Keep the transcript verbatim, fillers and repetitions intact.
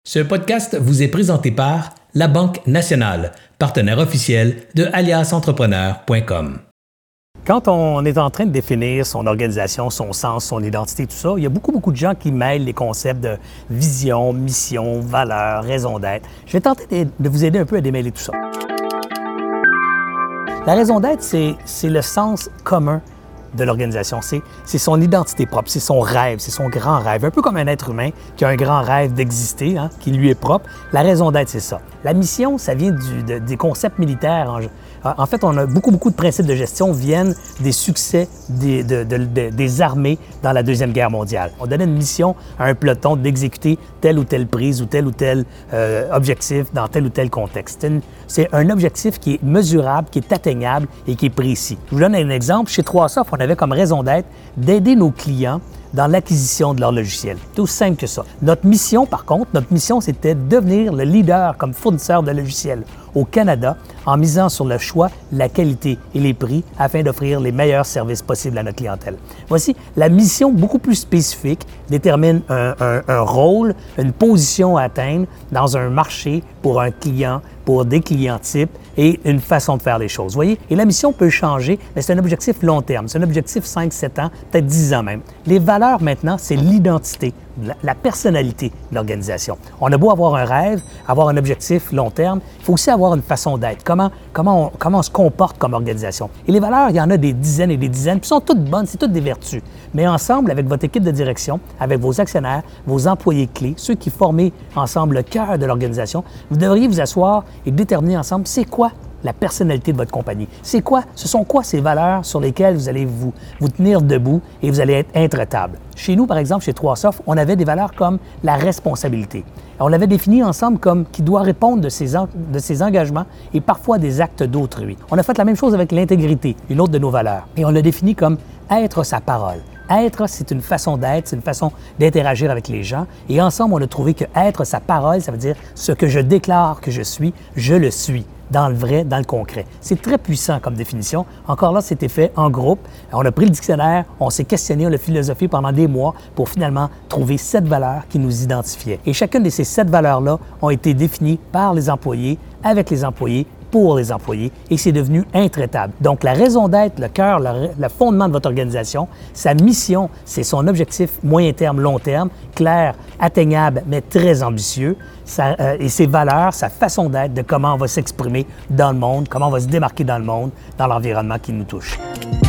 Ce podcast vous est présenté par La Banque Nationale, partenaire officiel de alias entrepreneur point com. Quand on est en train de définir son organisation, son sens, son identité, tout ça, il y a beaucoup, beaucoup de gens qui mêlent les concepts de vision, mission, valeur, raison d'être. Je vais tenter de vous aider un peu à démêler tout ça. La raison d'être, c'est, c'est le sens commun de l'organisation. C'est, c'est son identité propre, c'est son rêve, c'est son grand rêve. Un peu comme un être humain qui a un grand rêve d'exister, hein, qui lui est propre. La raison d'être, c'est ça. La mission, ça vient du, de, des concepts militaires. En, en fait, on a beaucoup, beaucoup de principes de gestion viennent des succès des, de, de, de, des armées dans la Deuxième Guerre mondiale. On donnait une mission à un peloton d'exécuter telle ou telle prise ou tel ou tel euh, objectif dans tel ou tel contexte. C'est, une, c'est un objectif qui est mesurable, qui est atteignable et qui est précis. Je vous donne un exemple. Chez trois soft, on avait comme raison d'être d'aider nos clients dans l'acquisition de leur logiciel. C'est aussi simple que ça. Notre mission, par contre, notre mission, c'était de devenir le leader comme fournisseur de logiciels au Canada en misant sur le choix, la qualité et les prix afin d'offrir les meilleurs services possibles à notre clientèle. Voici, la mission beaucoup plus spécifique détermine un, un, un rôle, une position à atteindre dans un marché pour un client, pour des clients types et une façon de faire les choses. Vous voyez? Et la mission peut changer, mais c'est un objectif long terme. C'est un objectif cinq sept ans, peut-être dix ans même. Les valeurs, maintenant, c'est l'identité, la, la personnalité de l'organisation. On a beau avoir un rêve, avoir un objectif long terme, il faut aussi avoir une façon d'être. Comment, comment, on, comment on se comporte comme organisation. Et les valeurs, il y en a des dizaines et des dizaines, puis sont toutes bonnes, c'est toutes des vertus. Mais ensemble, avec votre équipe de direction, avec vos actionnaires, vos employés clés, ceux qui forment ensemble le cœur de l'organisation, vous devriez vous asseoir et déterminer ensemble c'est quoi la personnalité de votre compagnie. C'est quoi, ce sont quoi ces valeurs sur lesquelles vous allez vous, vous tenir debout et vous allez être intraitable. Chez nous, par exemple, chez trois soft, on avait des valeurs comme la responsabilité. On l'avait défini ensemble comme qui doit répondre de ses, en, de ses engagements et parfois des actes d'autrui. On a fait la même chose avec l'intégrité, une autre de nos valeurs. Et on l'a défini comme être sa parole. Être, c'est une façon d'être, c'est une façon d'interagir avec les gens. Et ensemble, on a trouvé que être sa parole, ça veut dire ce que je déclare que je suis, je le suis. Dans le vrai, dans le concret. C'est très puissant comme définition. Encore là, c'était fait en groupe. On a pris le dictionnaire, on s'est questionné, on l'a philosophé pendant des mois pour finalement trouver sept valeurs qui nous identifiaient. Et chacune de ces sept valeurs-là ont été définies par les employés, avec les employés, pour les employés, et c'est devenu intraitable. Donc, la raison d'être, le cœur, le, le fondement de votre organisation, sa mission, c'est son objectif moyen terme, long terme, clair, atteignable, mais très ambitieux, ça, euh, et ses valeurs, sa façon d'être, de comment on va s'exprimer dans le monde, comment on va se démarquer dans le monde, dans l'environnement qui nous touche.